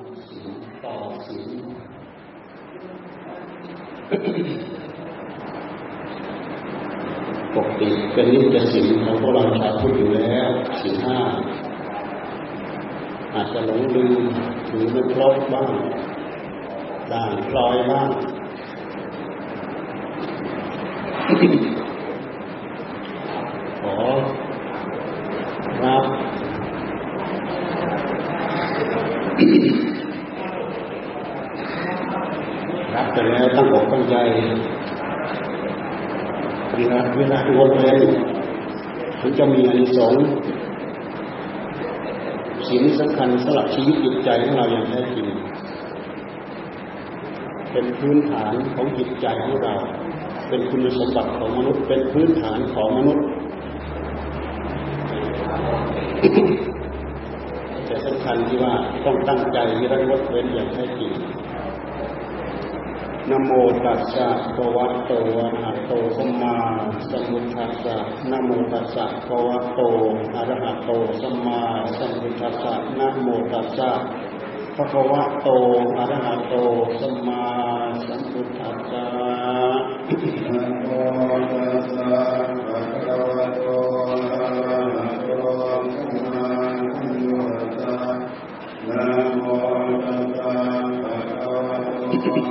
ศีลต่อศีลปกติเป็นนิจศีลของพวกเราชาวพุทธอยู่แล้วศีลห้าอาจจะหลงลืมหรือไม่ครบบ้างด่างพลอยบ้างขอรับไปแล้วตั้งอกตั้งใจเวลาวนเวียนถึงจะมีอานิสงส์ศีลสำคัญสำหรับชีวิตจิตใจของเราอย่างแท้จริงเป็นพื้นฐานของจิตใจของเราเป็นคุณสมบัติของมนุษย์เป็นพื้นฐานของมนุษย์แต่สำคัญที่ว่าต้องตั้งใจระงดเว้นอย่างแท้จริงนะโมตัสสะภะคะวะโตอะระหะโตสัมมาสัมพุทธัสสะนะโมตัสสะภะคะวะโตอะระหะโตสัมมาสัมพุทธัสสะนะโมตัสสะภะคะวะโตอะระหะโตสัมมาสัมพุทธัสสะนะโมตัสสะภะคะวะโตอะระหะโตสัมมาสัมพุทธัสสะนะโมตัสสะภะคะวะโต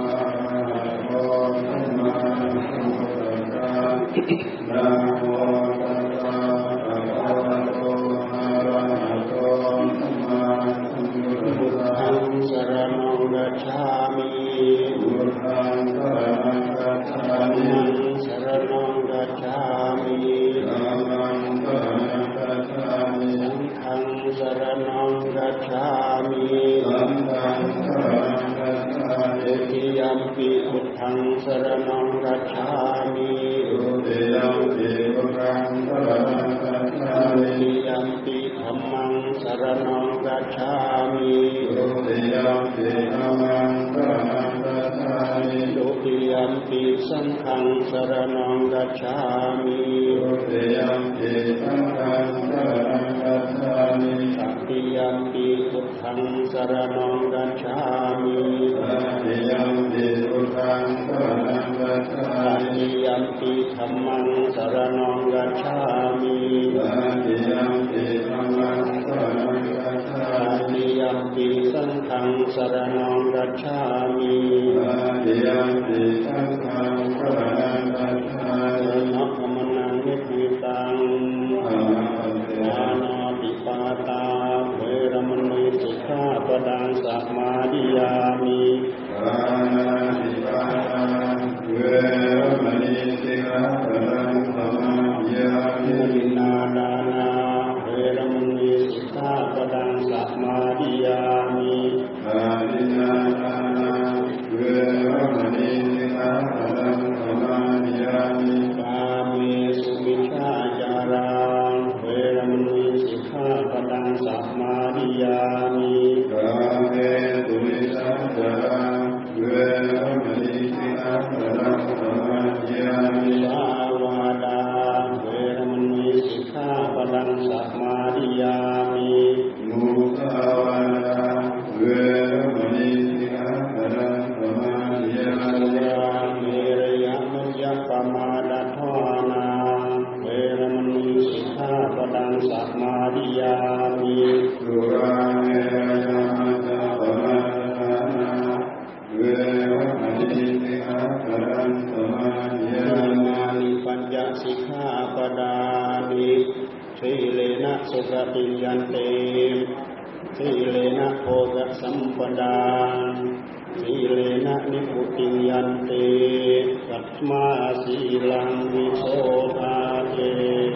นะโมตัสสะภะคะวะโตอะระหะโตสัมมาสัมพุทธัสสะธังสรณังกัจฉามิพุทธังสรณังกัจฉามิสรณังกัจฉามิธัมมังสรณังกัจฉามิสังฆังสรณังกัจฉามิสังฆังสรณังกัจฉามิติยัมปิพุทธังสรณังกัจฉามิติยัมปิพุทธังสรณังกัจฉามิติยัมปิธัมมังสรณังกัจฉามิติยัมปิธัมมังสรณังกัจฉามิตุติยัมปิสังฆังสรณังกัจฉามิตุติยัมปิสังฆังสรณังกัจฉามิตติยัมปิพุทธังสรณังกัจฉามิตติยัมปิพุทธังสรณังกัจฉามิตติยัมปิธัมมังสรณังกัจฉามิตติยัมปิธัมมังสรณังกัจฉามิตติยัมปิสังฆังสรณังกัจฉามิตติยัมปิสังฆังสรณังกัจฉามินะโมมนังนิพพิตังปานาติปาตาเวรมณีสิกขาปดังสัมมาดิยามิปานาติปาตาเวรมณีสิกขาปดังสัมมาดิยามิทินนาดานาเวรมณีสิกขาปดังสัมมาดิยามิอาทินนาดานาเวรมณีสิกขาปดังสัมมาดิยามิกาเมสุมิจฉาจาราเวรมณีสิกขาปดังสัมมาดิยามิกาเมสุมิจฉาจาราเวรมณีสิกขาปดังสัมมาดิยามิสาวาดาเวรมณีสิกขาปดังสัมมาดิยามิมุสาวาดาเวรมณีสิกขาปดังสัมมาดิยามิเมรยะมัจจปมาดัฏฐานาเวรมณีสิกขาปดังสัมมาดิยามิสุราเมรยะมัจจปมาดัฏฐานาเวรมณีสิกขาปดังสัมมาดิยามิปัญจสิกขาปดานิสีเลนะสุขติยันเตสีเลนะโภคสัมปดาสีเลนะนิพพุติยันเตสัตมาสีลังวิโสภาเต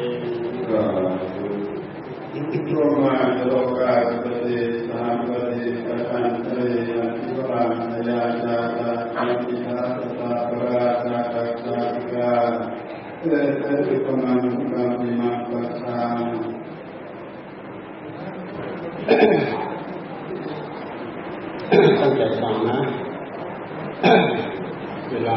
ทุกมาโลกาปฏิสัมปติปัฏฐานเตยันติปัญญาจาระอันติทัสสะปราสาทะสังฆาเตติปมังกัมมิมังปัสสังตั้งใจฟังนะเวลา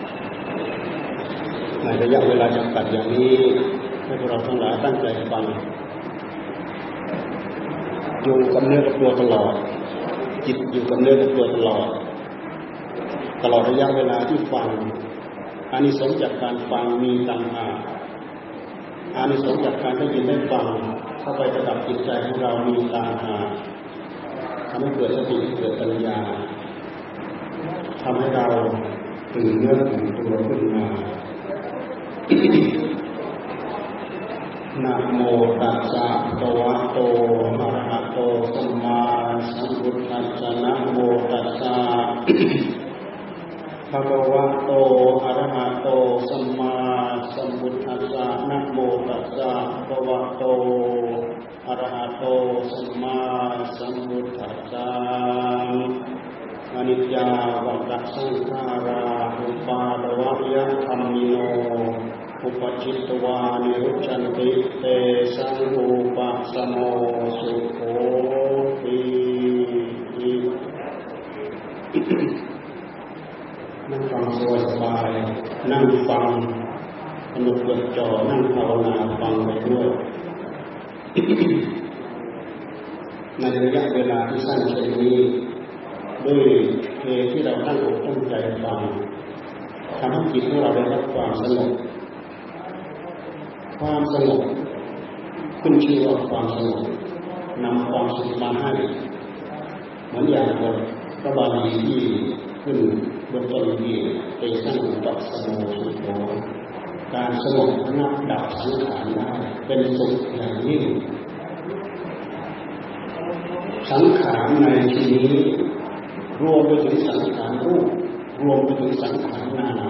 ในระยะเวลาจำกัดอย่างนี้ให้พวกเราทั้งหลายตั้งใจฟัง อยู่กับเนื้อกับตัวตลอดจิตอยู่กับเนื้อกับตัวตลอดระยะเวลาที่ฟังอานิสงส์จากการฟังมีต่างหากอานิสงส์จากการได้ยินได้ฟังเข้าไประดับจิตใจของเรามีต่างหากทำให้เกิดสติเกิดปัญญาทำให้เราตื่นเนื้อตื่นตัวขึ้นมานะโมตัสสะภะคะวะโตอะระหะโตสัมมาสัมพุทธัสสะนะโมตัสสะภะคะวะโตอะระหะโตสัมมาสัมพุทธัสสะนะโมตัสสะภะคะวะโตอะระหะโตสัมมาสัมพุทธัสสะอนิจจาวัฏสังขาราอุปาทวะยะธัมมิโนอุปจิตตวานิรุจฉันติเตสังอุปสมโมสุโขตินั่งฟังสบายๆนั่งฟังสนุกจดจ่อนั่งภาวนาฟังไปด้วยในระยะเวลาที่สั้นเช่นนี้ด้วยเหตุที่เราตั้งอกตั้งใจฟังทำให้จิตของเราได้รับความสงบขึ้นชื่อว่าความสงบนำความสุขมาให้เหมือนอย่างบทพระบาลีที่ขึ้นบนต้นที่เตสังอุปสมโมสุโขการสงบระงับดับสังขารได้เป็นสุขอย่างยิ่งสังขารในที่นี้รวมไปถึงสังขารรูปรวมไปถึงสังขารนาม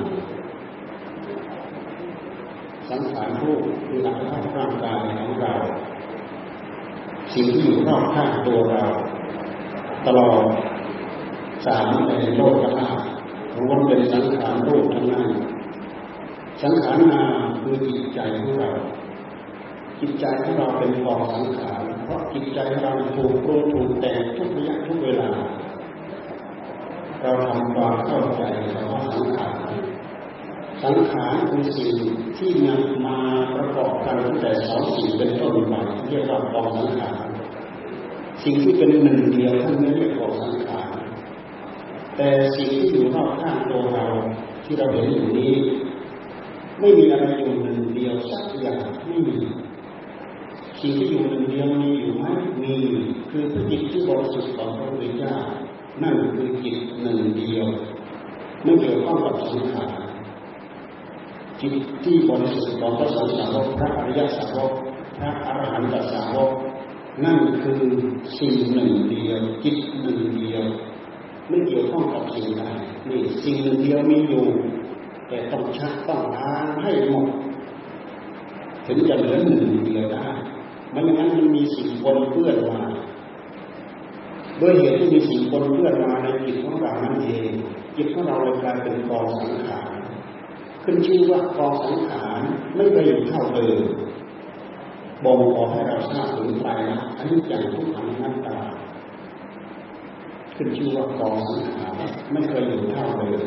สังขารรูปคืออัตภาพร่างกายของเราสิ่งที่อยู่รอบข้างตัวเราตลอดสามในโลกธาตุรวมเป็นสังขารรูปทั้งนั้นสังขารนามคือจิตใจของเราจิตใจของเราเป็นกองสังขารเพราะจิตใจเราถูกปรุงถูกแต่งทุกระยะทุกเวลาเราทำความเข้าใจว่าสังขารคือสิ่งที่นำมาประกอบกันตั้งแต่สองสิ่งเป็นต้นมาเรียกว่ากองสังขารสิ่งที่เป็นหนึ่งเดียวท่านไม่เรียกกองสังขารแต่สิ่งที่อยู่รอบข้างตัวเราที่เราเห็นอยู่นี้ไม่มีอะไรอยู่หนึ่งเดียวสักอย่างไม่มีสิ่งที่อยู่หนึ่งเดียวมีอยู่ไหมมีคือพระจิตที่บริสุทธิ์ของพระพุทธเจ้านั่นคือจิตหนึ่งเดียวไม่เกี่ยวข้องกับสังขารจิตที่บริสุทธิ์ของพระสงฆ์สาวกพระอริยสาวกพระอรหันตสาวกนั่นคือสิ่งหนึ่งเดียวจิตหนึ่งเดียวไม่เกี่ยวข้องกับสิ่งใดนี่สิ่งหนึ่งเดียวมีอยู่แต่ต้องชักต้องล้างให้หมดถึงจะเหลือหนึ่งเดียวได้ไม่อย่างนั้นมันมีสิ่งปนเปื้อนมาด้วยเหตุที่มีสิ่งปนเปื้อนมาในจิตของเรานั่นเองจิตของเราเลยกลายเป็นกองสังขารขึ้นชื่อว่ากองสังขารไม่เคยอยู่เท่าเดิมบ่งบอกให้เราทราบถึงไตรลักษณ์อนิจจังทุกขังอนัตตาขึ้นชื่อว่ากองสังขารไม่เคยอยู่เท่าเดิม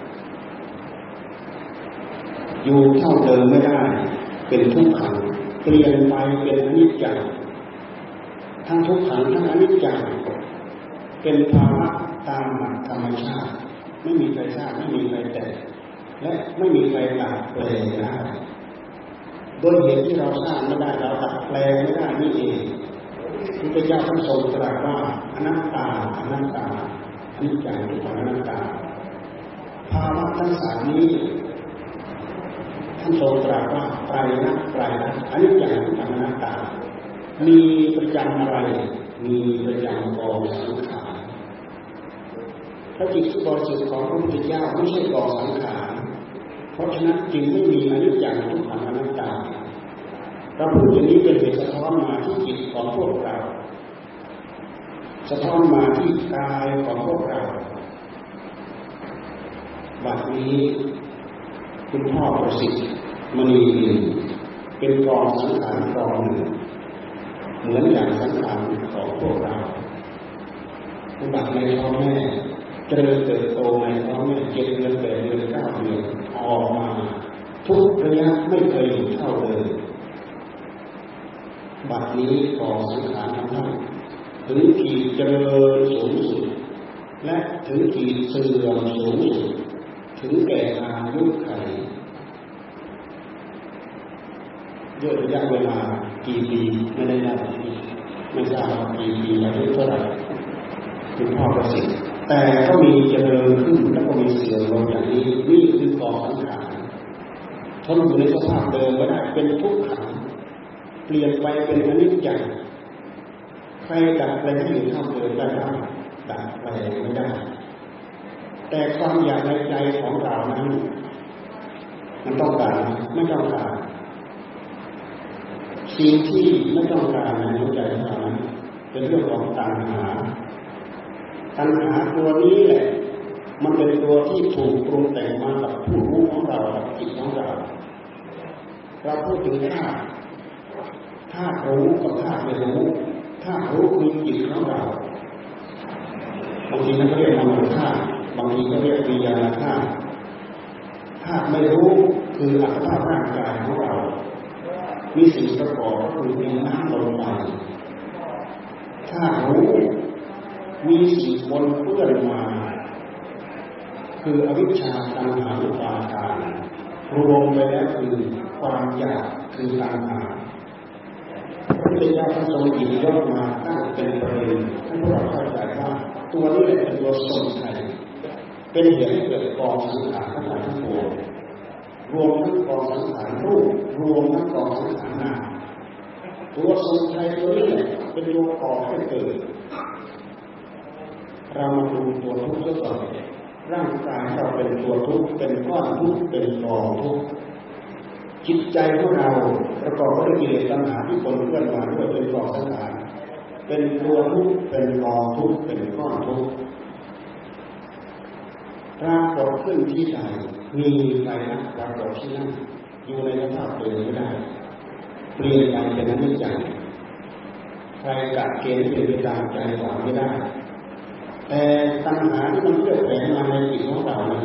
อยู่เท่าเดิมไม่ได้เป็นทุกขังเปลี่ยนไปเป็นอนิจจังทั้งทุกขังทั้งอนิจจังเป็นภาวะตามหลักธรรมชาติไม่มีใครทราบไม่มีใครแต่และไม่มีใครดัดแปลงได้โดยเหตุที่เราสร้างไม่ได้เราดัดแปลงไม่ได้นี่เองพระพุทธเจ้าท่านทรงตรัสว่าอนัตตาอนัตตาอนิจจังทุกขังอนัตตาภาวะทั้งสามนี้ท่านทรงตรัสว่าไตรลักษณ์อนิจจังทุกขังอนัตตามีประจำอะไรมีประจำกองสังขารพระจิตที่บริสุทธิ์ของพระพุทธเจ้าไม่ใช่กองสังขารเพราะฉะนั้นจึงไม่มีอนิจจังทุกขังอนัตตาเราพูดอย่างนี้เป็นเหตุสะท้อนมาที่จิตของพวกเราสะท้อนมาที่กายของพวกเราบัดนี้คุณพ่อประสิทธิ์มณีเป็นกองสังขารกองหนึ่งเหมือนอย่างสังขารของพวกเราอุบัติในท้องแม่เจริญเติบโตในท้องแม่7 เดือน8 เดือน9 เดือนออกมาทุกระยะไม่เคยอยู่เท่าเดิมบัดนี้กองสังขารทั้งนั้นถึงขีดเจริญสูงสุดและถึงขีดเสื่อมสูงสุดถึงแก่อายุขัยด้วยระยะเวลากี่ปีไม่ได้นับไม่ทราบว่ากี่ปีอายุเท่าไหร่คุณพ่อประสิทธิ์แต่ก็มีเจริญขึ้นแล้วก็มีเสื่อมลงอย่างนี้นี่คือกองสังขารทนอยู่ในสภาพเดิมไม่ได้เป็นทุกขังเปลี่ยนไปเป็นอนิจจังใครดัดแปลงให้อยู่เท่าเดิมได้ดัดแปลงไม่ได้แต่ความอยากในใจของเรานั้นมันต้องการไม่ต้องการสิ่งที่ไม่ต้องการในหัวใจของเรานั้นเป็นเรื่องของตัณหาตัวนี้แหละมันเป็นตัวที่ถูกปรุงแต่งมากับผู้รู้ของเรากับจิตของเราพูดถึงธาตุรู้กับธาตุไม่รู้ธาตุรู้คือจิตของเราบางทีมันก็เรียกมโนธาตุบางทีก็เรียกวิญญาณธาตุธาตุไม่รู้คืออัตภาพร่างกายของเรามีสิ่งประกอบคือดินน้ำลมไฟธาตุรู้มีสิ่งปนเปื้อนมาคืออวิชชาตัณหาอุปาทานรวมไปแล้วคือความอยากคือตัณหาพระพุทธเจ้าทรงหยิบยกมาตั้งเป็นประเด็นให้พวกเราเข้าใจว่าตัวนี้เป็นตัวสมุทัยเป็นเหตุให้เกิดกองสังขารทั้งหลายทั้งปวงรวมทั้งกองสังขารรูปรวมทั้งกองสังขารนามตัวสมุทัยตัวนี้เป็นตัวก่อให้เกิดเรามาดูตัวทุกข์ซะก่อนร่างกายเราเป็นตัวทุกข์เป็นก้อนทุกข์เป็นกองทุกข์จิตใจของเราประกอบด้วยกิเลสตัณหาที่ปนเปื้อนมาด้วยเป็นกองสังขารเป็นตัวทุกข์เป็นกองทุกข์เป็นก้อนทุกข์ปรากฏขึ้นที่ใดมีใครนะปรากฏที่นั่นอยู่ในสภาพเดิมไม่ได้เปลี่ยนไปเป็นอนิจจังใครกัดเกณฑ์เป็นไปตามใจหวังไม่ได้แต่ตัณหาที่มันเกิดแฝงมาในจิตของเราเนี่ย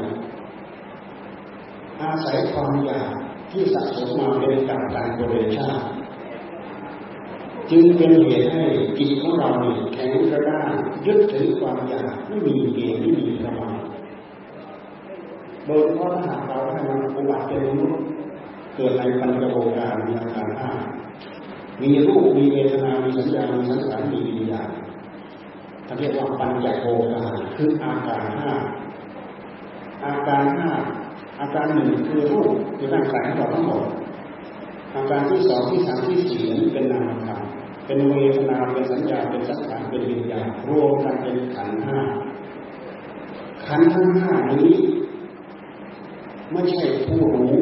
อาศัยความอยากที่สะสมมาเป็นการบริชาติจึงเป็นเหตุให้จิตของเราเนี่ยแข็งกระด้างยึดถือความอยากไม่มีเกณฑ์ไม่มีประมาณโดยเฉพาะถ้าหากเราให้มันอุบัติเป็นมนุษย์เกิดในปัญจโวการมีอาการห้ามีรูปมีเวทนามีสัญญามีสังขารมีวิญญาณท่านเรียกว่าปัญจโวการคืออาการห้าอาการหนึ่งคือรูปคือร่างกายของเราทั้งหมดอาการที่สองที่สามที่สี่นี้เป็นนามธรรมเป็นเวทนาเป็นสัญญาเป็นสังขารเป็นวิญญาณรวมกันเป็นขันธ์ห้าขันธ์ทั้งห้านี้ไม่ใช่ผู้รู้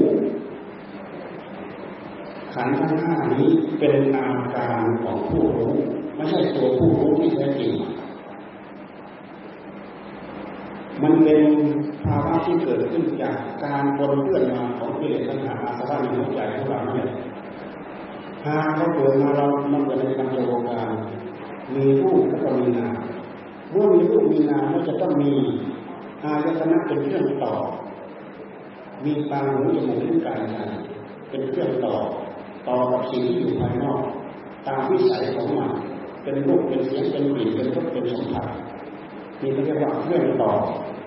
ขันธ์ทั้งห้านี้เป็นอาการของผู้รู้ไม่ใช่ตัวผู้รู้ที่แท้จริงมันเป็นภาวะที่เกิดขึ้นจากการปนเปื้อนมาของกิเลสตัณหาอาสวะในหัวใจของเราเนี่ยหากเขาเกิดมาเรามันเกิดในปัญจโวการมีรูปแล้วก็มีนามเมื่อมีรูปมีนามก็จะต้องมีอายตนะเป็นเครื่องต่อมีตาหูจมูกลิ้นกายใจเป็นเครื่องต่อกับสิ่งที่อยู่ภายนอกตามวิสัยของมันเป็นรูปเป็นเสียงเป็นกลิ่นเป็นรสเป็นสัมผัสนี่เรียกว่าเครื่องต่อ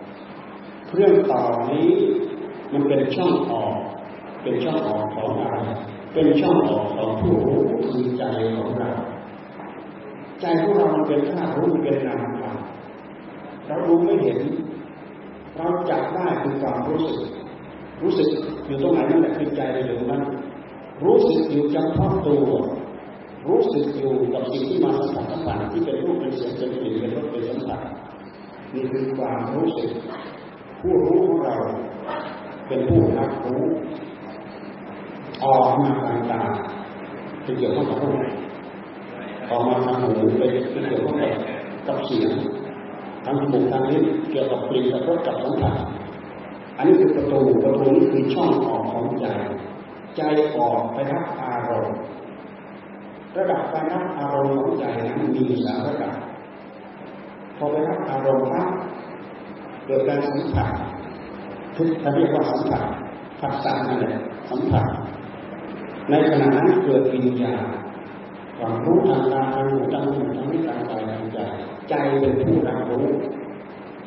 นี้มันเป็นช่องออกของอะไรเป็นช่องออกของผู้รู้คือใจของเราใจของเรามันเป็นธาตุรู้มันเป็นนามธรรมเรารู้ไม่เห็นเราจับได้คือความรู้สึกอยู่ตรงไหนนั่นแหละคือใจเราอยู่นั้นรู้สึกอยู่เฉพาะตัวรู้สึกอยู่กับสิ่งที่มาสัมผัสที่เป็นรูปเป็นเสียงเป็นกลิ่นเป็นรสเป็นสัมผัสนี่คือความรู้สึกผู้รู้ของเราเป็นผู้รับรู้ออกมาทางตาเป็นเกี่ยวข้องกับรูปออกมาทางหูเป็นเกี่ยวข้องกับเสียงทางจมูกทางลิ้นเกี่ยวกับกลิ่นกับรสกับสัมผัสอันนี้คือประตูนี้คือช่องออกของใจออกไปรับอารมณ์ระดับการรับอารมณ์ของใจนั้นมีสามระดับพอไปรับอารมณ์ปั๊บเกิดการสัมผัสที่เรียกว่าสัมผัสผัสสะนั่นแหละสัมผัสในขณะนั้นเกิดวิญญาณความรู้ทางตาทางหูทางจมูกทางลิ้นทางกายทางใจเป็นผู้รับรู้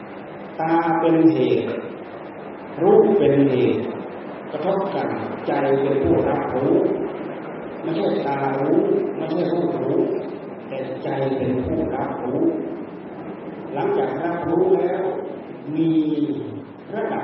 ตาเป็นเหตุรูปเป็นเหตุกระทบกันใจเป็นผู้รับรู้ไม่ใช่ตารู้ไม่ใช่รูปรู้แต่ใจเป็นผู้รับรู้หลังจากรับรู้แล้วมีระดับ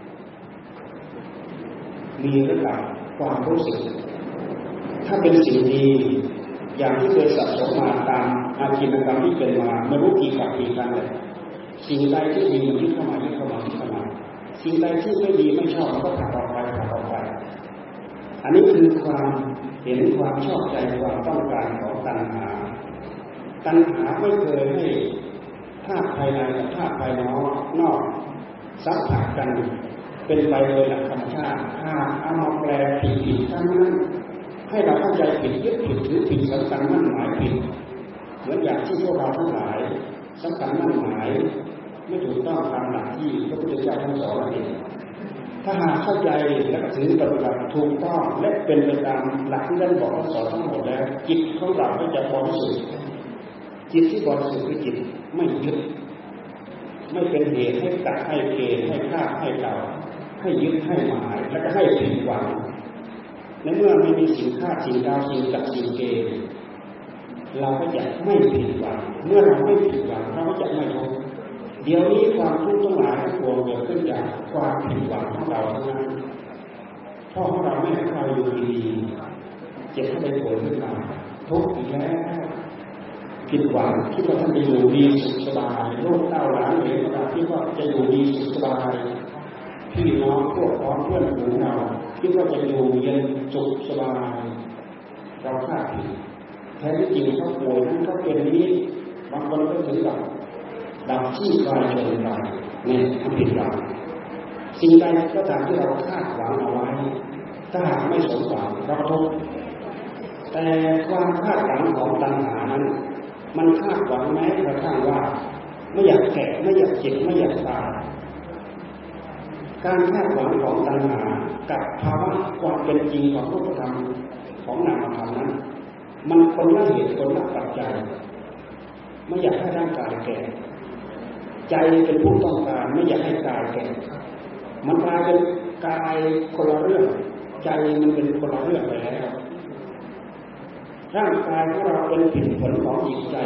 ความรู้สึกถ้าเป็นสิ่งดีอย่างที่เคยสะสมมาตามอาชีพกรรมที่เป็นมาไม่รู้กี่กับกี่ครั้งเลยสิ่งใดที่ดีมันยึดเข้ามาสิ่งใดที่ไม่ดีไม่ชอบมันก็ผลักออกไปอันนี้คือความเห็นความชอบใจความต้องการของตัณหาไม่เคยให้ธาตุภายในกับธาตุภายนอกสัมผัสกันเป็นไปโดยหลักธรรมชาติเอามาแปลผิดทั้งนั้นให้เราเข้าใจผิดยึดผิดถือผิดสำคัญมั่นหมายผิดเหมือนอย่างที่พวกเราทั้งหลายสำคัญมั่นหมายไม่ถูกต้องตามหลักที่พระพุทธเจ้าท่านสอนเราเองถ้าหากเข้าใจและถือปฏิบัติถูกต้องและเป็นไปตามหลักที่ท่านบอกท่านสอนทั้งหมดแล้วจิตของเราก็จะบริสุทธิ์จิตที่บริสุทธิ์คือจิตไม่ยึดไม่เป็นเหตุให้กัดให้เกณฑ์ให้ฆ่าให้เดาให้ยึดให้หมายแล้วก็ให้ผิดหวังในเมื่อไม่มีสิ่งฆ่าสิ่งเดาสิ่งกัดสิ่งเกณฑ์เราก็จะไม่ผิดหวังเมื่อเราไม่ผิดหวังเราก็จะไม่ทุกข์เดี๋ยวนี้ความทุกข์ทั้งหลายทั้งปวงเกิดขึ้นจากความผิดหวังของเราทั้งนั้นพ่อของเราแม่ของเราอยู่ดีเจ็บเข้าไปปวดขึ้นมาทุกข์อีกแล้วผิดหวังคิดว่าท่านจะอยู่ดีสุขสบายลูกเต้าหลานเหลนเราคิดว่าจะอยู่ดีสุขสบายพี่น้องพวกพ้องเพื่อนฝูงเราคิดว่าจะอยู่เย็นสุขสบายเราคาดผิดแท้ที่จริงเขาป่วยนั้นเขาเป็นนี้บางคนก็ถึงกับดับที่กลายเป็นตายเนี่ยทำผิดหวังสิ่งใดก็ตามที่เราคาดหวังเอาไว้ถ้าหากไม่สมหวังเราทุกข์แต่ความคาดหวังของตัณหานั้นมันคาดหวังแม้กระทั่งว่าไม่อยากแก่ไม่อยากเจ็บไม่อยากตายการคาดหวังของตัณหากับภาวะความเป็นจริงของรูปธรรมของนามธรรมนั้นมันคนละเหตุคนละปัจจัยไม่อยากให้ร่างกายแก่ใจเป็นผู้ต้องการไม่อยากให้กายแก่มันกลายเป็นกายคนละเรื่องใจมันเป็นคนละเรื่องไปแล้วร่างกายของเราเป็นผลของจิตใจ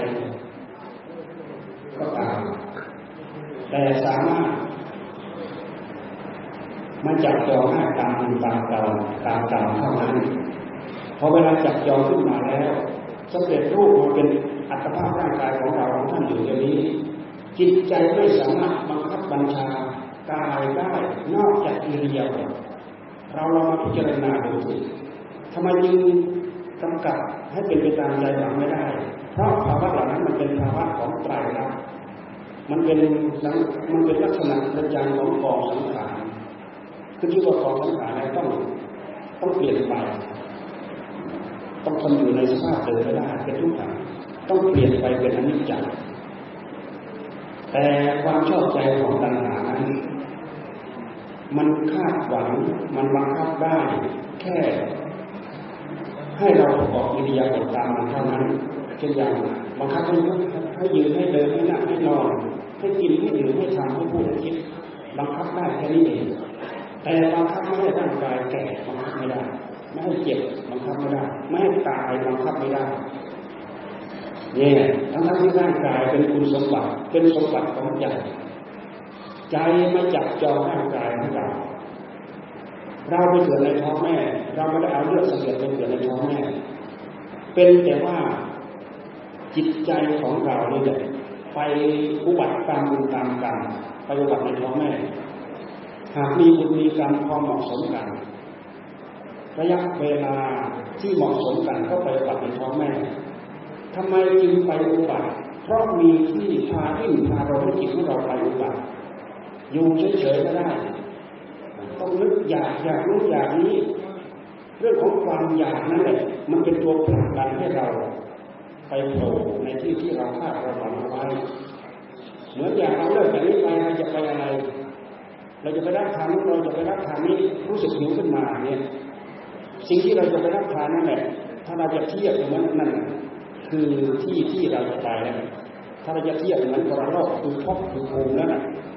ก็ตามแต่สามารถมาจับจองให้ตามกรรมเท่านั้นพอเวลาจับจองขึ้นมาแล้วสำเร็จรูปมาเป็นอัตภาพร่างกายของเราของท่านอยู่อย่างนี้จิตใจไม่สามารถบังคับบัญชากายได้นอกจากอิริยาบถเรามาพิจารณาดูสิทำไมจึงกำกับให้เป็นไปตามใจหวังไม่ได้เพราะภาวะเหล่านั้นมันเป็นภาวะของไตรลักษณ์มันเป็นลักษณะประจำของกองสังขารคือที่ว่ากองสังขารนั้นต้องเปลี่ยนไปต้องทนอยู่ในสภาพเดิมไม่ได้เป็นทุกข์ต้องเปลี่ยนไปเป็นอนิจจ์แต่ความชอบใจของตัณหานั้นมันคาดหวังมันบังคับได้แค่ให้เราประกอบอิริยาบถตามมันเท่านั้นเช่นอย่างบังคับให้ยืนให้เดินให้นั่งให้นอนให้กินให้ดื่มให้ทำให้พูดให้คิดบังคับได้แค่นี้เองแต่บังคับไม่ให้ร่างกายแก่บังคับไม่ได้ไม่ให้เจ็บบังคับไม่ได้ไม่ให้ตายบังคับไม่ได้เนี่ยทั้งที่ร่างกายเป็นคุณสมบัติเป็นสมบัติของใจใจมาจับจองร่างกายของเราเราไปเกิดในท้องแม่เราไม่ได้เอาเลือดเสียดไปเกิดในท้องแม่เป็นแต่ว่าจิตใจของเราเนี่ยไปอุบัติตามบุญตามกรรมไปอุบัติในท้องแม่หากมีบุญมีกรรมพอเหมาะสมกันระยะเวลาที่เหมาะสมกันก็ไปอุบัติในท้องแม่ทำไมจึงไปอุบัติเพราะมีที่พาดิ้นพาเราให้จิตของเราไปอุบัติอยู่เฉยๆไม่ได้ต้องนึกอยากรู้อยากนี้เรื่องของความอยากนั่นแหละมันเป็นตัวผลักดันให้เราไปโผล่ในที่ที่เราคาดเราหวังเอาไว้เหมือนอย่างเราเลิกจากนี้ไปเราจะไปอะไรเราจะไปรับทานนู้นเราจะไปรับทานนี้รู้สึกหิวขึ้นมาเนี่ยสิ่งที่เราจะไปรับทานนั่นแหละถ้าเราจะเทียบกับมันนั่นคือที่เราจะไปแล้วถ้าเราจะเทียบเหมือนปรโลกคือภพคือภูมินั่นแหละ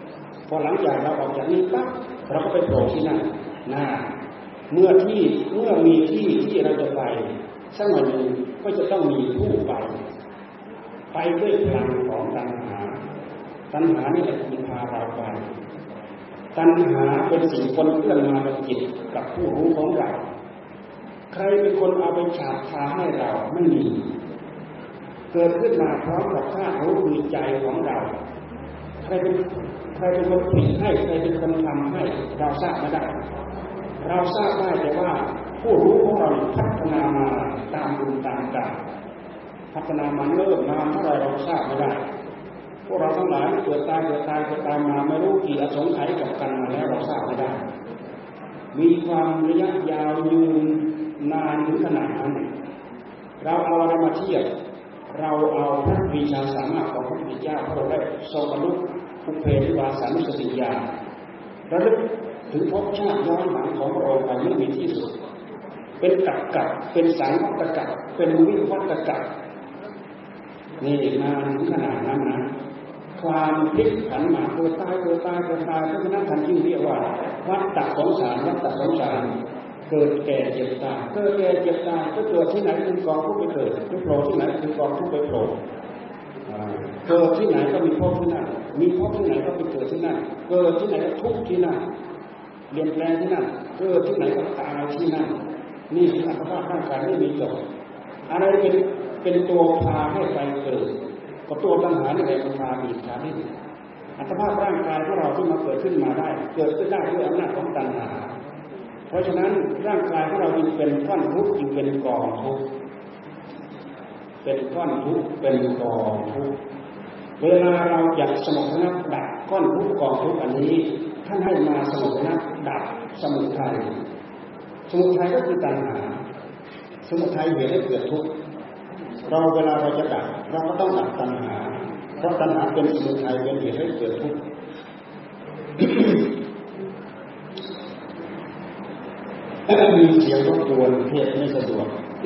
พอหลังจากเราออกจากนี้ปั๊บเราก็ไปโผล่ที่นั่นเมื่อมีที่เราจะไปสักหน่อยหนึ่งก็จะต้องมีผู้ไปด้วยพลังของตัณหานี่แหละที่พาเราไปตัณหาเป็นสิ่งคนเคลื่อนมากับจิตกับผู้รู้ของเราใครเป็นคนเอาไปฉาบทาให้เราไม่มีเกิดขึ้นมาพร้อมกับธาตุรู้คือใจของเราใครเป็นคนผลิตให้ใครเป็นคนทำให้เราทราบไม่ได้เราทราบได้แต่ว่าผู้รู้ของเราพัฒนามาตามบุญตามกรรมพัฒนามาเริ่มนานเท่าไรเราทราบไม่ได้พวกเราทั้งหลายเกิดตายมาไม่รู้กี่อสงไขยกับกันมาแล้วเราทราบไม่ได้มีความระยะยาวยืนนานถึงขนาดนั้นเราเอาอะไรมาเทียบเราเอาพระวิชาสามารถของพระพุทธเจ้าพระองค์ได้ทรงบรรลุภูเพนิวาสานุสติญาณระลึกถึงภพชาติย้อนหลังของพระองค์ไปไม่มีที่สุดเป็นกัปเป็นสายวัฏกัปเป็นวิวัฏกัปนี่นานถึงขนาดนั้นนะความพลิกผันมาเกิดตายเพราะฉะนั้นท่านจึงเรียกว่าวัฏฏะสงสารเกิดแก่เจ็บตายก็เกิดที่ไหนคือกองทุกข์ไปเกิดทุกโผล่ที่ไหนคือกองทุกข์ไปโผล่เกิดที่ไหนก็มีภพที่นั่นมีภพที่ไหนก็ไปเกิดที่นั่นเกิดที่ไหนก็ทุกข์ที่นั่นเปลี่ยนแปลงที่นั่นเกิดที่ไหนก็ตายที่นั่นนี่คืออัตภาพร่างกายไม่มีจบอะไรเป็นตัวพาให้ไปเกิดก็ตัวตัณหานี่แหละพาบีบพาดิ้นอัตภาพร่างกายของเราที่มาเกิดขึ้นมาได้เกิดขึ้นได้ด้วยอำนาจของตัณหาเพราะฉะนั้นร่างกายของเราจึงเป็นก้อนทุกข์จึงเป็นกองทุกข์เป็นก้อนทุกข์เป็นกองทุกข์เวลาเราอยากสงบระงับดับก้อนทุกข์กองทุกข์อันนี้ท่านให้มาสงบระงับดับสมุทัยก็คือตัณหาสมุทัยเหตุให้เกิดทุกข์เราเวลาเราจะดับเราก็ต้องดับตัณหาเพราะตัณหาเป็นสมุทัยเป็นเหตุให้เกิดทุกข์มีเสียงรบกวนเทศไม่สะดวก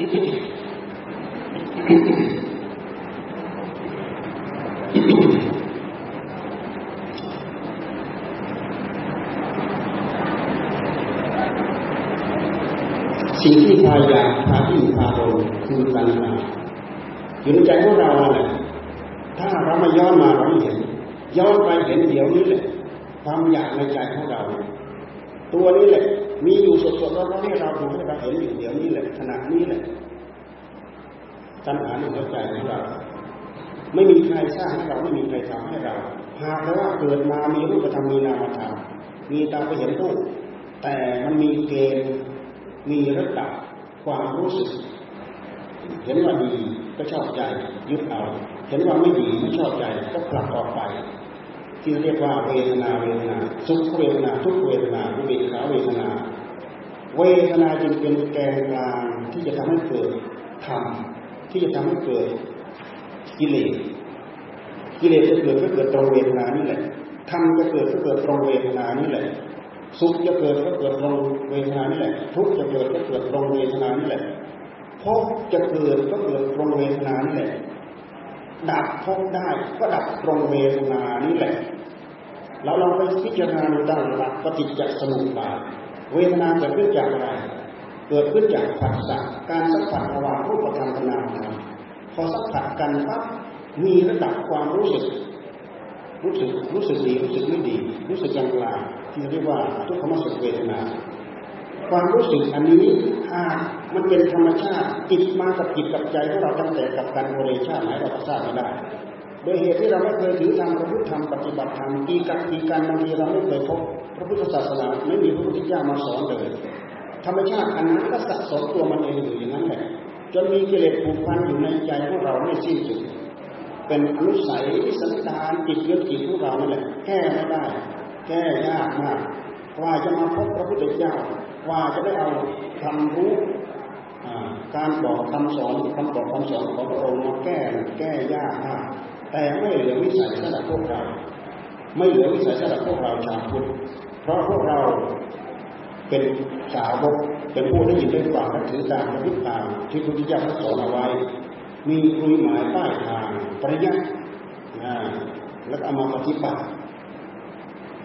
สิ่งที่พาที่พาโดนคือตัณหาอยู่ในใจของเราแหละถ้าเราไม่ย้อนมาเราไม่เห็นย้อนไปเห็นเดี๋ยวนี้แหละความอยากในใจของเราตัวนี้แหละมีอยู่สดๆร้อนๆให้เราดูให้เราเห็นอยู่เดี๋ยวนี้แหละขณะนี้แหละตัณหาในหัวใจของเราไม่มีใครสร้างให้เราไม่มีใครทำให้เราหากแต่ว่าเกิดมามีรูปธรรมมีนามธรรมมีตาไปเห็นรูปแต่มันมีเกณฑ์มีระดับความรู้สึกเห็นว่าดีก็ชอบใจยึดเอาเห็นว่าไม่ดีไม่ชอบใจก็ผลักออกไปที่เรียกว่าเวทนาสุขเวทนาทุกเวทนาอุเบกขาเวทนาจึงเป็นแกนกลางที่จะทำให้เกิดธรรมที่จะทำให้เกิดกิเลสจะเกิดก็เกิดตรงเวทนานี่แหละธรรมจะเกิดก็เกิดตรงเวทนานี่แหละสุขจะเกิดก็เกิดตรงเวทนานี่แหละทุกข์จะเกิดก็เกิดตรงเวทนานี่แหละภพจะเกิดก็เกิดตรงเวทนานี่แหละดับภพได้ก็ดับตรงเวทนานี่แหละเราลองไปพิจารณาดูตามหลักปฏิจจสมุปบาทเวทนาเกิดขึ้นจากอะไรเกิดขึ้นจากผัสสะการสัมผัสระหว่างรูปธรรมกับนามธรรมพอสัมผัสกันปั๊บมีระดับความรู้สึกดีรู้สึกไม่ดีรู้สึกกลางๆที่เรียกว่าทุกขมสุขเวทนาความรู้สึกอันนี้มันเป็นธรรมชาติติดมากับจิตกับใจของเราตั้งแต่กับการโมเรชาติไหนเราก็ทราบไม่ได้โดยเหตุที่เราไม่เคยถือธรรมประพฤติธรรมปฏิบัติธรรมกี่การบางทีเราไม่เคยพบพระพุทธศาสนาไม่มีพระพุทธเจ้ามาสอนเลยธรรมชาติอันนั้นก็สะสมตัวมันเองอยู่อย่างนั้นแหละจนมีกิเลสผูกพันอยู่ในใจของเราไม่สิ้นสุดเป็นอนุสัยสันดานจิตยึดจิตของเรานั่นแหละแก้ไม่ได้แก้ยากมากว่าจะมาพบพระพุทธเจ้าว่าจะได้เอาความรู้การบอกคำสอนของพระองค์มาแก้ยากมากแต่ไม่เหลือวิสัยสำหรับพวกเราไม่เหลือวิสัยสำหรับพวกเราชาวพุทธเพราะพวกเราเป็นสาวกเป็นผู้ได้ยินได้ฟังและถือตามพระพุทธธรรมที่พระพุทธเจ้าสอนเอาไว้มีคุยหมายป้ายทางปริยัติแล้วเอามาปฏิบัติ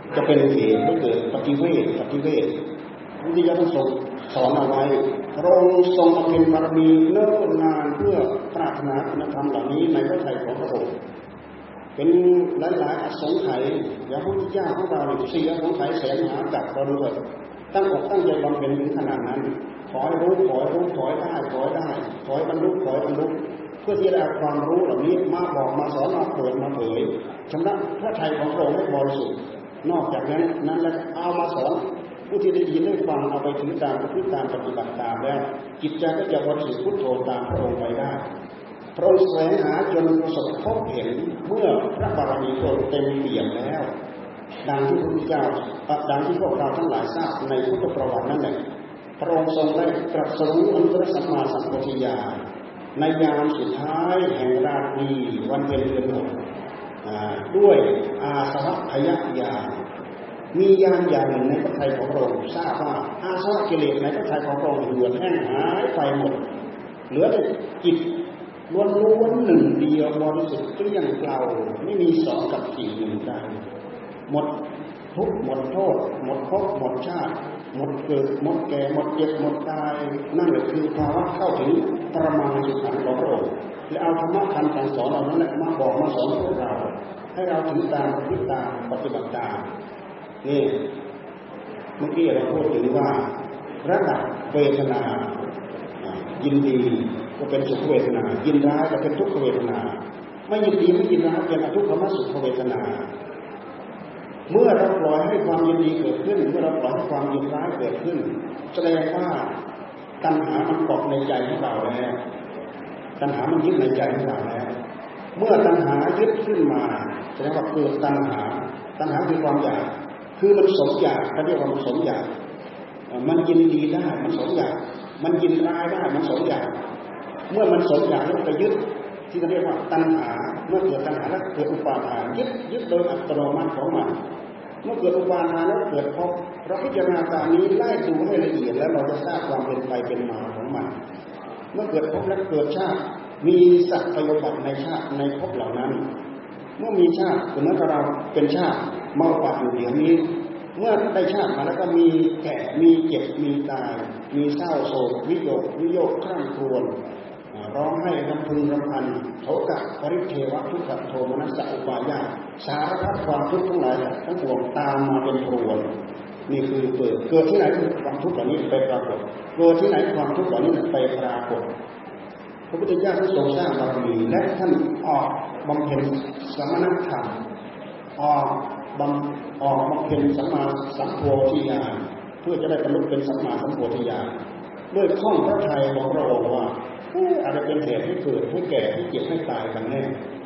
จะเป็นเหตุให้เกิดปฏิเวทพุทธิยถาท่านทรงสอนเอาไว้พระองค์ทรงบำเพ็ญบารมีเนิ่นนานเพื่อปรารถนาคุณธรรมเหล่านี้ในพระทัยของพระองค์เป็นหลายๆอสงไขยอย่างพระพุทธเจ้าของเราสี่อสงไขยแสนมหากัปเราดูว่าตั้งอกตั้งใจบำเพ็ญถึงขนาดนั้นขอให้รู้ขอได้ขอให้บรรลุเพื่อที่จะเอาความรู้เหล่านี้มาบอกมาสอนมาเปิดมาเผยชำระพระทัยของพระองค์ให้บริสุทธิ์นอกจากนั้นแล้วเอามาสอนผู้ที่ได้ยินได้ฟังเอาไปถึงตามประพฤติตามปฏิบัติตามแล้วจิตใจก็จะบริสุทธิ์พุทโธตามพระองค์ไปได้พระองค์แสวงหาจนประสบพบเห็นเมื่อพระบารมีพระองค์เต็มเปี่ยมแล้วดังที่พระพุทธเจ้าดังที่พวกเราทั้งหลายทราบในพุทธประวัตินั่นแหละพระองค์ทรงได้ตรัสรู้อนุตตรสัมมาสัมโพธิญาณในยามสุดท้ายแห่งราตรีวันเพ็ญเดือน 6ด้วยอาสวะขยญาณมีญาณอย่างหนึ่งในพระทัยของพระองค์ทราบว่าอาสวะกิเลสในพระทัยของพระองค์เหือดแห้งหายไปหมดเหลือแต่จิตล้วนๆหนึ่งเดียวบริสุทธิ์เกลี้ยงเกลาไม่มีสองกับสี่หนึ่งได้หมดทุกข์หมดโทษหมดภพหมดชาติหมดเกิดหมดแก่หมดเจ็บหมดตายนั่นแหละคือภาวะเข้าถึงประมาณสุดท้ายของพระองค์และเอาธรรมะคำสั่งสอนเหล่านั้นมาบอกมาสอนพวกเราให้เราถึงตามประพฤติตามปฏิบัติตามนี่เมื่อกี้เราพูดถึงว่าระดับเวทนายินดีก็เป็นสุขเวทนายินร้ายก็เป็นทุกขเวทนาไม่ยินดีไม่ยินร้ายเป็นอทุกขมสุขเวทนาเมื่อเราปล่อยให้ความยินดีเกิดขึ้นเมื่อเราปล่อยให้ความยินร้ายเกิดขึ้นแสดงว่าตัณหามันเกาะในใจของเราแล้วตัณหามันยึดในใจของเราแล้วเมื่อตัณหายึดขึ้นมาแสดงว่าเกิดตัณหาคือความอยากคือมันสมอยากเขาเรียกว่ามันสมอยากมันยินดีได้มันสมอยากมันยินร้ายได้มันสมอยากเมื่อมันสมอยากแล้วไปยึดที่เขาเรียกว่าตัณหาเมื่อเกิดตัณหาแล้วเกิดอุปาทานยึดโดยอัตโนมัติของมันเมื่อเกิดอุปาทานแล้วเกิดภพเราพิจารณาตามนี้ไล่ดูให้ละเอียดแล้วเราจะทราบความเป็นไปเป็นมาของมันเมื่อเกิดภพแล้วเกิดชาติมีสัพพยบัติในชาติในภพเหล่านั้นเมื่อมีชาติเหมือนกับเราเป็นชาติเมาปัดอยู่เดี๋ยวนี้เมื่อได้ชาติมาแล้วก็มีแก่มีเจ็บมีตายมีเศร้าโศกวิโยคคร่ำครวญร้องไห้รำพึงรำพันโศกะปริเทวะทุกขโทมนัสสะอุปายาสสารพัดความทุกข์ทั้งหลายทั้งปวงตามมาเป็นพรวนนี่คือเกิดที่ไหนความทุกข์เหล่านี้ไปปรากฏเกิดที่ไหนความทุกข์เหล่านี้ไปปรากฏพระพุทธเจ้าท่านทรงสร้างบารมีและท่านออกบำเพ็ญสมณธรรมออกบำเพ็ญสัมมาสัมโพธิญาณเพื่อจะได้บรรลุเป็นสัมมาสัมโพธิญาณด้วยข้องพระทัยของพระองค์ว่าอะไรเป็นเหตุให้เกิดให้แก่ให้เจ็บให้ตายกันแน่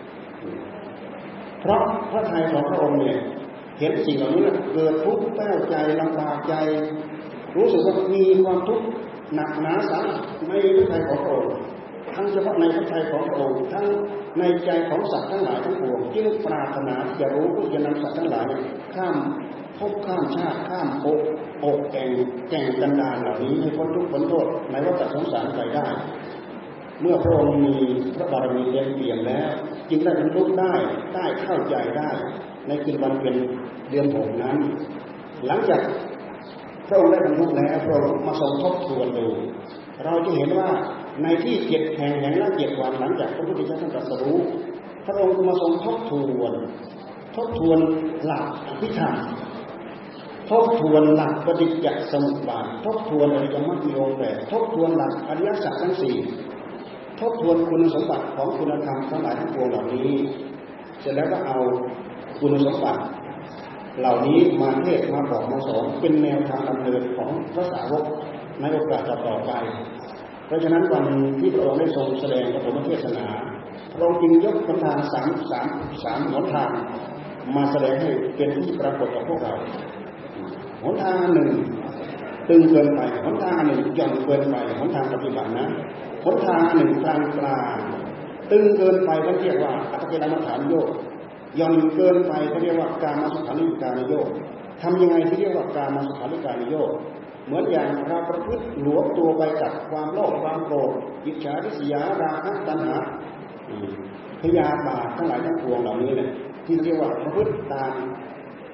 เพราะพระทัยของพระองค์เนี่ยเห็นสิ่งเหล่านี้เกิดทุกข์แป้วใจลำบากใจรู้สึกว่ามีความทุกข์หนักหนาสาหัสในพระทัยของพระองค์ทั้งเฉพาะในพระทัยของพระองค์ทั้งในใจของสัตว์ทั้งหลายทั้งปวงจึงปรารถนาที่จะรู้เพื่อจะนำสัตว์ทั้งหลายข้ามภพข้ามชาติข้ามอกแก่งกันดารเหล่านี้ให้พ้นทุกข์พ้นโทษในวัฏสงสารไปได้เมื่อพระองค์มีพระบารมีเต็มเปี่ยมแล้วจึงได้บรรลุได้เข้าใจได้ในคืนวันเพ็ญเดือน 6นั้นหลังจากพระองค์ได้บรรลุแล้วพระองค์มาทรงทบทวนดูเราจะเห็นว่าในที่7 แห่งละ7 วันหลังจากพระพุทธเจ้าท่านตรัสรู้พระองค์มาทรงทบทวนหลักอภิธรรมทบทวนหลักปฏิจจสมุปบาททบทวนอริยมรรคมีองค์8ทบทวนหลักอริยสัจทั้ง4ทบทวนคุณสมบัติของคุณธรรมทั้งหลายทั้งปวงเหล่านี้เสร็จแล้วก็เอาคุณสมบัติเหล่านี้มาเทศมาบอกมาสอนเป็นแนวทางดำเนินของพระสาวกในโอกาสต่อไปเพราะฉะนั้นวันที่พระองค์ได้ทรงแสดงปฐมเทศนาพระองค์จึงยกหนทางสามหนทางมาแสดงให้เป็นที่ปรากฏกับพวกเราหนทางหนึ่งตึงเกินไปหนทางหนึ่งหย่อนเกินไปหนทางปฏิบัตินะหนทางหนึ่งกลางตึงเกินไปเขาเรียกว่าอัตตกิลมัฏฐานโยกหย่อนเกินไปเขาเรียกว่ากามสุขาริการโยกทำยังไงที่เรียกว่ากามสุขาริการโยกเหมือนอย่างเราประพฤติหลวมตัวไปกับความโลภความโกรธอิจฉาริษยาราคะตัณหาพยาบาททั้งหลายทั้งปวงเหล่านี้เนี่ยที่เรียกว่าประพฤติตาม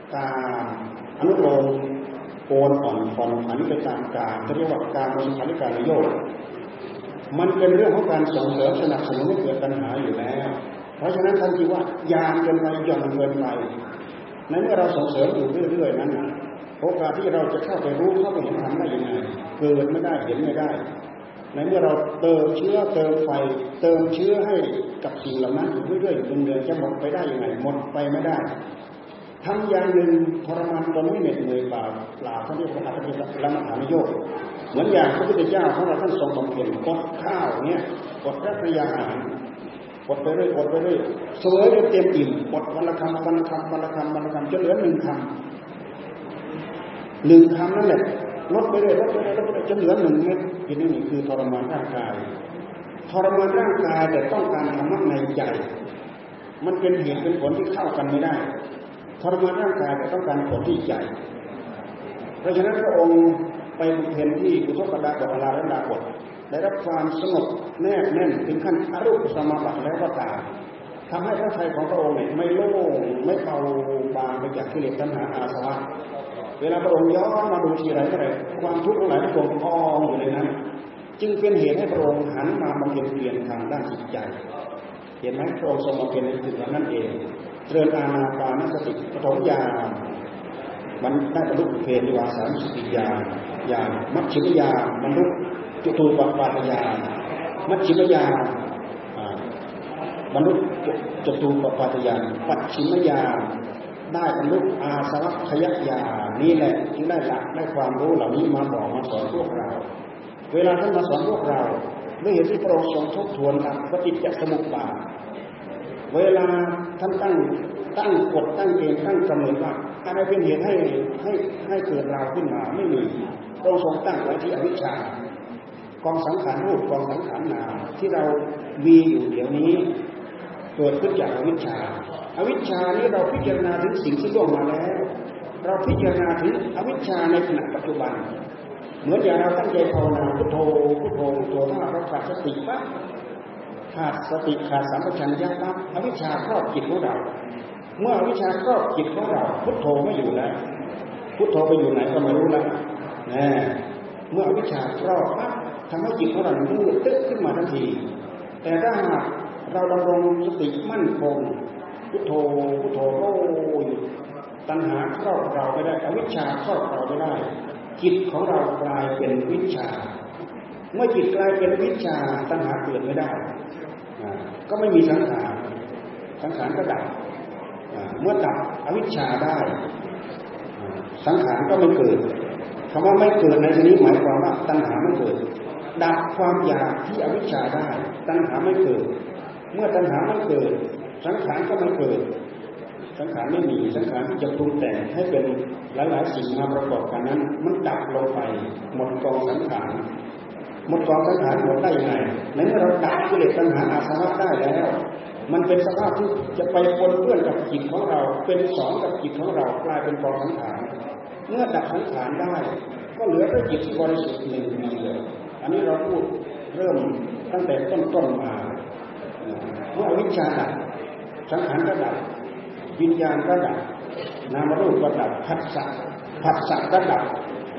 การอนุโลมโกนอ่อนผ่อนผันไปตามกาลเรียกว่าการมสังขารการโยกมันเป็นเรื่องของการส่งเสริมสนับสนุนให้เกิดปัญหาอยู่แล้วเพราะฉะนั้นท่านที่ว่ายามเกินไปหย่อนเกินไปในเมื่อเราส่งเสริมอยู่เรื่อยๆนั้นโอกาสที่เราจะเข้าไปรู้เข้าไปเห็นธรรมได้ยังไงเกิดไม่ได้เห็นไม่ได้ในเมื่อเราเติมเชื้อเติมไฟเติมเชื้อให้กับสิ่งเหล่านั้นอยู่เรื่อยๆเดือนๆจะหมดไปได้ยังไงหมดไปไม่ได้ทำอย่างหนึ่งทรมานตนไม่เหน็ดเหนื่อยเปล่าท่านเรียกว่าอัตติละมหานโยคเหมือนอย่างพระพุทธเจ้าของเราท่านทรงบำเพ็ญกดข้าวเนี่ยกดรับประทานอาหารกดไปเรื่อยกดไปเรื่อยเสวยจนเต็มอิ่มกดวันละคำวันละคำวันละคำวันละคำจนเหลือ1 คำนั่นแหละลดไปเรื่อยลดไปเรื่อยลดไปเรื่อยจนเหลือ1 เม็ดนี่คือทรมานร่างกายทรมานร่างกายแต่ต้องการธรรมะในใจมันเป็นเหตุเป็นผลที่เข้ากันไม่ได้ทรมานร่างกายแต่ต้องการผลที่ใจเพราะฉะนั้นพระองค์ไปบำเพ็ญที่อุทกดาบทอลาและดาบทได้รับความสงบแนบแน่นถึงขั้นอรูปสมาบัติแล้วก็ตามทำให้พระทัยของพระองค์ไม่โล่งไม่เบาบางไปจากกิเลสตัณหาอาสวะเวลาพระองค์ย้อนมาดูทีไรเมื่อไรความทุกข์ทั้งหลายที่พระองค์อ้อมอยู่ในนั้นจึงเป็นเหตุให้พระองค์หันมาบำเพ็ญเพียรทางด้านจิตใจเห็นไหมพระองค์ทรงบำเพ็ญในจุดนั้นเองเจริญอานาปานสติปฐมญาณมันได้บรรลุเพลวาสามสติญาณอย่างมัชฌิมญาณบรรลุจตุปปาทญาณมัชฌิมญาณบรรลุจตุปปาทญาณปัจฉิมญาณได้บรรลุอาสวัคยญาณนี่แหละจึงได้หลักได้ความรู้เหล่านี้มาบอกมาสอนพวกเราเวลาท่านมาสอนพวกเราด้วยเหตุที่พระองค์ทรงทบทวนหลักปฏิจจสมุปบาทเวลาท่านตั้งกฎตั้งเกณฑ์ตั้งกำหนดว่าอะไรเป็นเหตุให้เกิดเราขึ้นมาไม่มีพระองค์ทรงตั้งไว้ที่อวิชชากองสังขารรูปกองสังขารนามที่เรามีอยู่เดี๋ยวนี้เกิดขึ้นจากอวิชชาอวิชชานี้เราพิจารณาถึงสิ่งที่ล่วงมาแล้วเราพิจารณาถึงอวิชชาในขณะปัจจุบันเหมือนอย่างเราตั้งใจภาวนาพุทโธพุทโธพุทโธถ้าเราขาดสติปั๊บขาดสติขาดสัมปชัญญะปั๊บอวิชชาครอบจิตของเราเมื่ออวิชชาครอบจิตของเราพุทโธไม่อยู่แล้วพุทโธไปอยู่ไหนก็ไม่รู้แล้วเมื่ออวิชชาครอบปั๊บทำให้จิตของเรามืดตึ๊ดขึ้นมาทันทีแต่ถ้าหากเราดำรงสติมั่นคงพุทโธพุทโธโอ้ยตัณหาครอบเราไม่ได้อวิชชาครอบเราไม่ได้จิตของเรากลายเป็นวิชชาเมื่อจิตกลายเป็นวิชชาตัณหาเกิดไม่ได้ก็ไม่มีสังขารก็ดับเมื่อดับอวิชชาได้สังขารก็ไม่เกิดคำว่าไม่เกิดในที่นี้หมายความว่าตัณหาไม่เกิดดับความอยากที่อวิชชาได้ตัณหาไม่เกิดเมื่อตัณหาไม่เกิดสังขารก็ไม่เกิดสังขารไม่มีสังขารที่จะปรุงแต่งให้เป็นหลายๆสิ่งมาประกอบกันนั้นมันดับลงไปหมดกองสังขารหมดกองสังขารหมดได้ยังไงในเมื่อเราดับกิเลสตัณหาอาสวะได้แล้วมันเป็นสภาพที่จะไปปนเปื้อนกับจิตของเราเป็นสองกับจิตของเรากลายเป็นกองสังขารเมื่อดับสังขารได้ก็เหลือแต่จิตที่บริสุทธิ์หนึ่งเดียวอันนี้เราพูดเริ่มตั้งแต่ต้นมาเมื่ออวิชชาดับสังขารก็ดับวิญญาณก็ดับนามรูปก็ดับผัสสะก็ดับ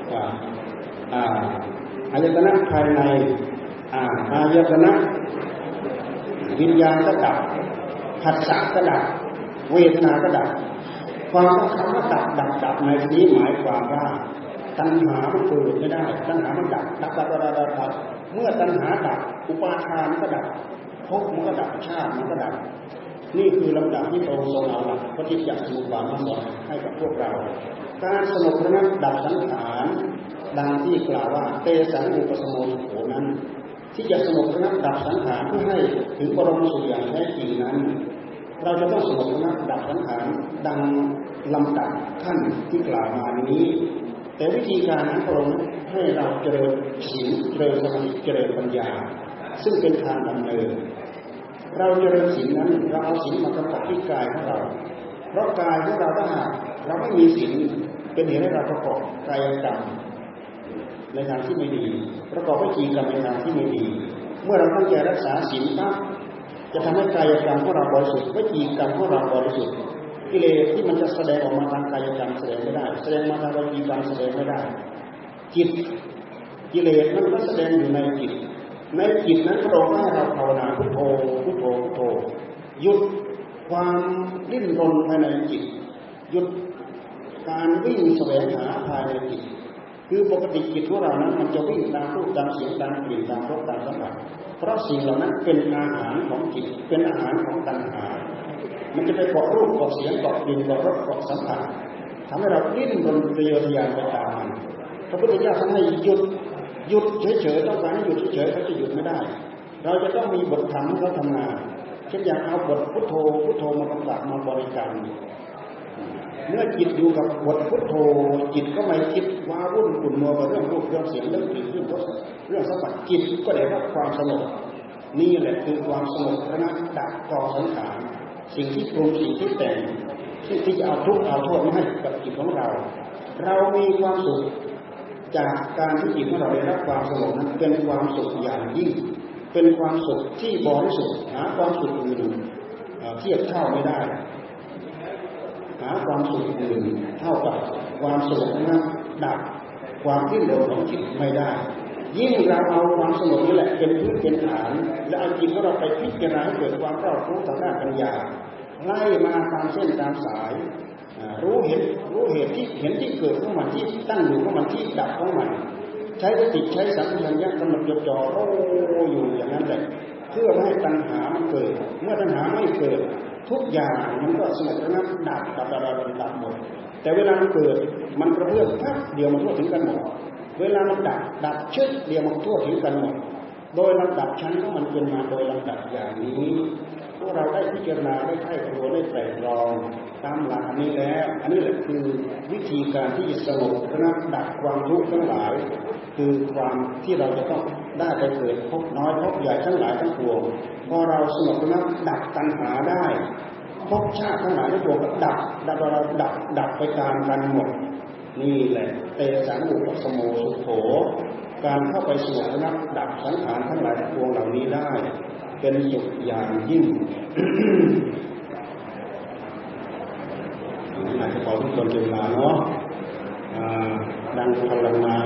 อายตนะภายในอายตนะวิญญาณก็ดับผัสสะก็ดับเวทนาก็ดับความคำว่าดับในที่นี้หมายความว่าตัณหามันเกิดไม่ได้ตัณหามันดับเมื่อตัณหาดับอุปาทานก็ดับภพมันก็ดับชาติมันก็ดับนี่คือลำดับที่พระองค์ทรงเอาหลักปฏิจจสมุปบาทมาสอนให้กับพวกเราการสงบระงับดับสังขารดังที่กล่าวว่าเตสังอุปสมโภโขนั้นที่จะสงบระงับดับสังขารเพื่อให้ถึงบรมสุขอย่างแท้จริงนั้นเราจะต้องสงบระงับดับสังขารดังลำดับขั้นที่กล่าวมานี้แต่วิธีการนั้นพระองค์ให้เราเจริญศีลเจริญสมาธิเจริญปัญญาซึ่งเป็นทางดำเนินเราเจริญศีลนั้นเราเอาศีลมากำกับที่กายของเราเพราะกายของเราถ้าหากเราไม่มีศีลเป็นเหตุให้เราประกอบกายกรรมในทางที่ไม่ดีประกอบวจีกรรมในทางที่ไม่ดีเมื่อเราตั้งใจรักษาศีลปั๊บจะทำให้กายกรรมของเราบริสุทธิ์วจีกรรมของเราบริสุทธิ์กิเลสที่มันจะแสดงออกมาทางกายกรรมแสดงไม่ได้แสดงมาทางวจีกรรมแสดงไม่ได้จิตกิเลสมันก็แสดงอยู่ในจิตในจิตนั้นพระองค์ให้เราภาวนาพุทโธพุทโธพุทโธหยุดความดิ้นรนภายในจิตหยุดการวิ่งแสวงหาภายในจิตคือปกติจิตของเรานั้นมันจะวิ่งตามรูปตามเสียงตามกลิ่นตามรสตามสัมผัสเพราะสิ่งเหล่านั้นเป็นอาหารของจิตเป็นอาหารของตัณหามันจะไปเกาะรูปเกาะเสียงเกาะกลิ่นเกาะรสเกาะสัมผัสทำให้เราดิ้นรนทะเยอทะยานไปตามมันพระพุทธเจ้าท่านให้หยุดเฉยๆต้องการให้หยุดเฉยๆเขาจะหยุดไม่ได้เราจะต้องมีบทธรรมให้เขาทำงานเช่นอย่างเอาบทพุทโธพุทโธมากำกับมาบริกรรมเมื่อจิตอยู่กับบทพุทโธจิตก็ไม่คิดว้าวุ่นขุ่นมัวกับเรื่องรูปเรื่องเสียงเรื่องกลิ่นเรื่องรสเรื่องสัมผัสจิตก็ได้รับความสงบนี่แหละคือความสงบระงับดับกองสังขารสิ่งที่ปรุงสิ่งที่แต่งที่จะเอาทุกข์เอาโทษมาให้กับจิตของเราเรามีความสุขจากการที่จิตของเราได้รับความสงบนั้นเป็นความสุขอย่างยิ่งเป็นความสุขที่บริสุทธิ์หาความสุขอื่นเทียบเท่าไม่ได้หาความสุขอื่นเท่ากับความสงบนั้นดับความดิ้นรนของจิตไม่ได้ยิ่งเราเอาความสงบนี่แหละเป็นพื้นเป็นฐานและเอาจิตของเราไปพิจารณาให้เกิดความรอบรู้ทางด้านปัญญาไล่มาตามเส้นตามสายรู้เหตุที่เห็นที่เกิดของมันที่ตั้งอยู่ของมันที่ดับของมันใช้สติใช้สัมปชัญญะกำหนดจดจ่ออยู่อย่างนั้นแหละเพื่อไม่ให้ตัณหามันเกิดเมื่อตัณหาไม่เกิดทุกอย่างมันก็สงบระงับดับหมดแต่เวลามันเกิดมันกระเพื่อมแป๊บเดียวมันทั่วถึงกันหมดเวลามันดับชึ่งเดียวมันทั่วถึงกันหมดโดยลำดับชั้นของมันเป็นมาโดยลำดับอย่างนี้พวกเราได้พิจารณาได้ไข้ครวญได้ไตร่ตรองตามหลักอันนี้แล้วอันนี้แหละคือวิธีการที่จะสงบระงับดับความทุกข์ทั้งหลายคือความที่เราจะต้องได้ไปเกิดพบน้อยพบใหญ่ทั้งหลายทั้งปวงพอเราสงบระงับดับตัณหาได้ภพชาติทั้งหลายทั้งปวงก็ดับไปตามกันหมดนี่แหละเตสังอุปสมโมสุโขการเข้าไปสงบระงับดับสังขารทั้งหลายทั้งปวงเหล่านี้ได้เป็นสุขอย่างยิ่ง อาจจะขอทุกคนเวลาเนาะดังพลังมา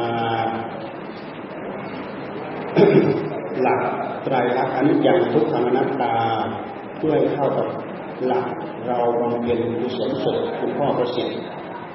หลักไตรลักษณ์อนิจจังทุกขังอนัตตาเพื่อให้เข้ากับหลักเราบำเพ็ญกุศลศพคุณพ่อประสิทธิ์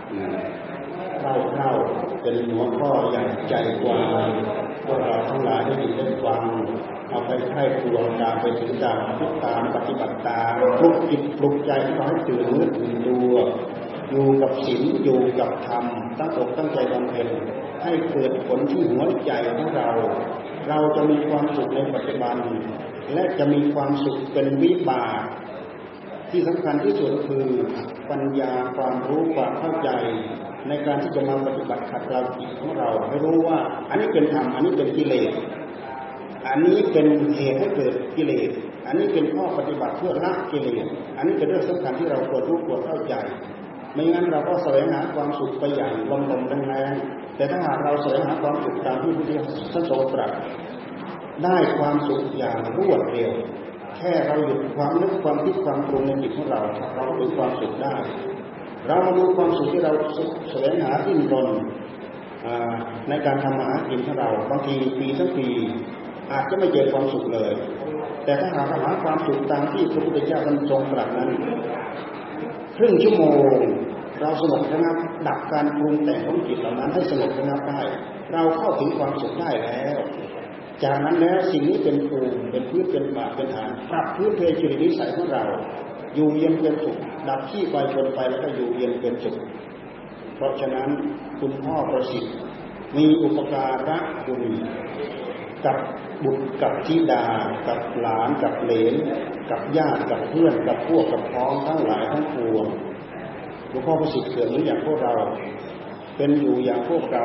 เข้าเป็นหัวข้อใหญ่ใจกว่าพวกเราทั้งหลายได้ยินได้ฟังเอาไปให้ครูอาจารย์ไปถึงการพุทธตามปฏิบัติตามปลุกจิตปลุกใจให้เราตื่นเนื้อตื่นตัวอยู่กับศีลอยู่กับธรรมตั้งอกตั้งใจบำเพ็ญให้เกิดผลที่หัวใจของเราจะมีความสุขในปัจจุบันและจะมีความสุขเป็นวิบากที่สำคัญที่สุดคือปัญญาความรู้ความเข้าใจในการที่จะมาปฏิบัติขัดเกลาจิตของเราให้รู้ว่าอันนี้เป็นธรรมอันนี้เป็นกิเลสอันนี้เป็นเหตุให้เกิดกิเลสอันนี้เป็นข้อปฏิบัติเพื่อละกิเลสอันนี้เป็นเรื่องสำคัญที่เราควรรู้ควรเข้าใจไม่งั้นเราก็แสวงหาความสุขไปอย่างลมๆแรงๆแต่ถ้าหากเราแสวงหาความสุขตามที่พระพุทธเจ้าทรงตรัสได้ความสุขอย่างรวดเร็วแค่เราหยุดความนึกความคิดความปรุงในจิตของเราถึงความสุขได้เรามาดูความสุขที่เราแสวงหาดิ้นรนในการทำมาหากินของเราบางทีปีทั้งปีอาจจะไม่เจอความสุขเลยแต่ถ้าหากหาความสุขตามที่พระพุทธเจ้าทรงตรัสนั้นครึ่งชั่วโมงเราสงบระงับดับการปรุงแต่งของจิตเหล่านั้นให้สงบระงับได้เราเข้าถึงความสุขได้แล้วจากนั้นแล้วสิ่งนี้เป็นภูมิเป็นพื้นเป็นบาทเป็นฐานปรับพื้นเพจริตนิสัยของเราอยู่เย็นเป็นสุขดับขี้ไปชนไปแล้วก็อยู่เย็นเป็นสุขเพราะฉะนั้นคุณพ่อประสิทธิ์มีอุปการะคุณกับบุตรกับธิดากับหลานกับเหลนกับญาติกับเพื่อนกับพวกกับพ้องทั้งหลายทั้งปวงหลวงพ่อประสิทธิ์เกิดเหมือนอย่างพวกเราเป็นอยู่อย่างพวกเรา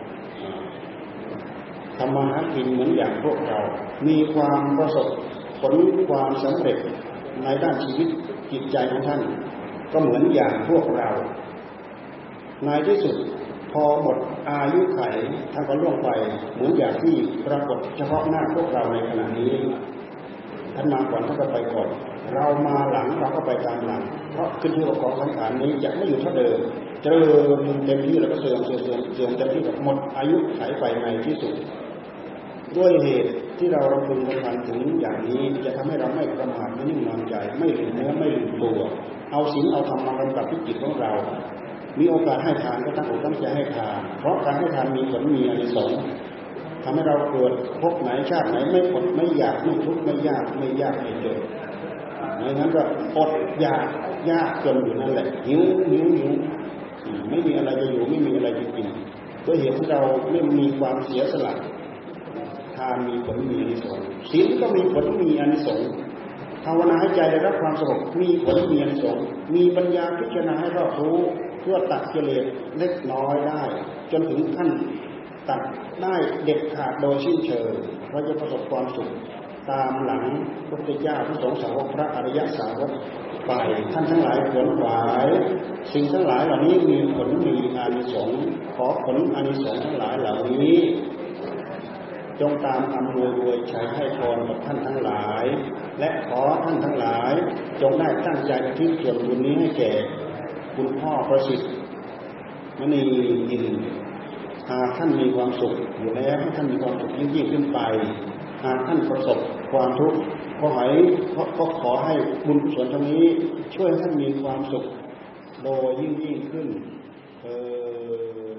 ทำมาหากินเหมือนอย่างพวกเรามีความประสบผลความสำเร็จในด้านชีวิตจิตใจของท่านก็เหมือนอย่างพวกเราในที่สุดพอหมดอายุไขท่านก็ล่วงไปเหมือนอย่างที่ปรากฏเฉพาะหน้าพวกเราในขณะนี้ท่านมาก่อนท่านก็ไปก่อนเรามาหลังเราก็ไปตามหลังเพราะขึ้นอยู่กับกองสังขารนี้จะไม่อยู่เท่าเดิมเจริญเต็มที่แล้วก็เสื่อมเต็มที่กับหมดอายุไขไปในที่สุดด้วยเหตุที่เรารำพึงรำพันถึงอย่างนี้จะทำให้เราไม่ประมาทไม่นิ่งนอนใจไม่ลืมเนื้อไม่ลืมตัวเอาศีลเอาธรรมมากำกับที่จิตของเรามีโอกาสให้ทานก็ตั้งอกตั้งใจให้ทานเพราะการให้ทานมีผลมีอานิสงส์ทำให้เราเกิดพบไหนชาติไหนไม่อดไม่อยากไม่ทุกข์ไม่ยากไม่จนไม่งั้นก็อดยากจนอยู่นั่นแหละหิวไม่มีอะไรจะอยู่ไม่มีอะไรจะกินด้วยเหตุที่เราไม่มีความเสียสละทานมีผลมีอานิสงส์ศีลก็มีผลมีอานิสงส์ภาวนาให้ใจได้รับความสงบมีผลมีอานิสงส์มีปัญญาพิจารณาให้รอบรู้เพื่อตัดกิเลสเล็กน้อยได้จนถึงขั้นตัดได้เด็ดขาดโดยสิ้นเชิงเราจะประสบความสุขตามหลังพระพุทธเจ้าพระสงฆ์สาวกพระอริยสาวกไปท่านทั้งหลายผลหวายสิ่งทั้งหลายเหล่านี้มีผลมีอานิสงส์ขอผลอานิสงส์ทั้งหลายเหล่านี้จงตามอำนวยรวยชัยให้พรกับท่านทั้งหลายและขอท่านทั้งหลายจงได้ตั้งใจอุทิศส่วนบุญนี้ให้แก่คุณพ่อประสิทธิ์มณีอินหากท่านมีความสุขอยู่แล้วให้ท่านมีความสุขยิ่งขึ้นไปหากท่านประสบความทุกข์ก็ขอให้บุญกุศลตรงนี้ช่วยให้ท่านมีความสุขโดยยิ่งขึ้น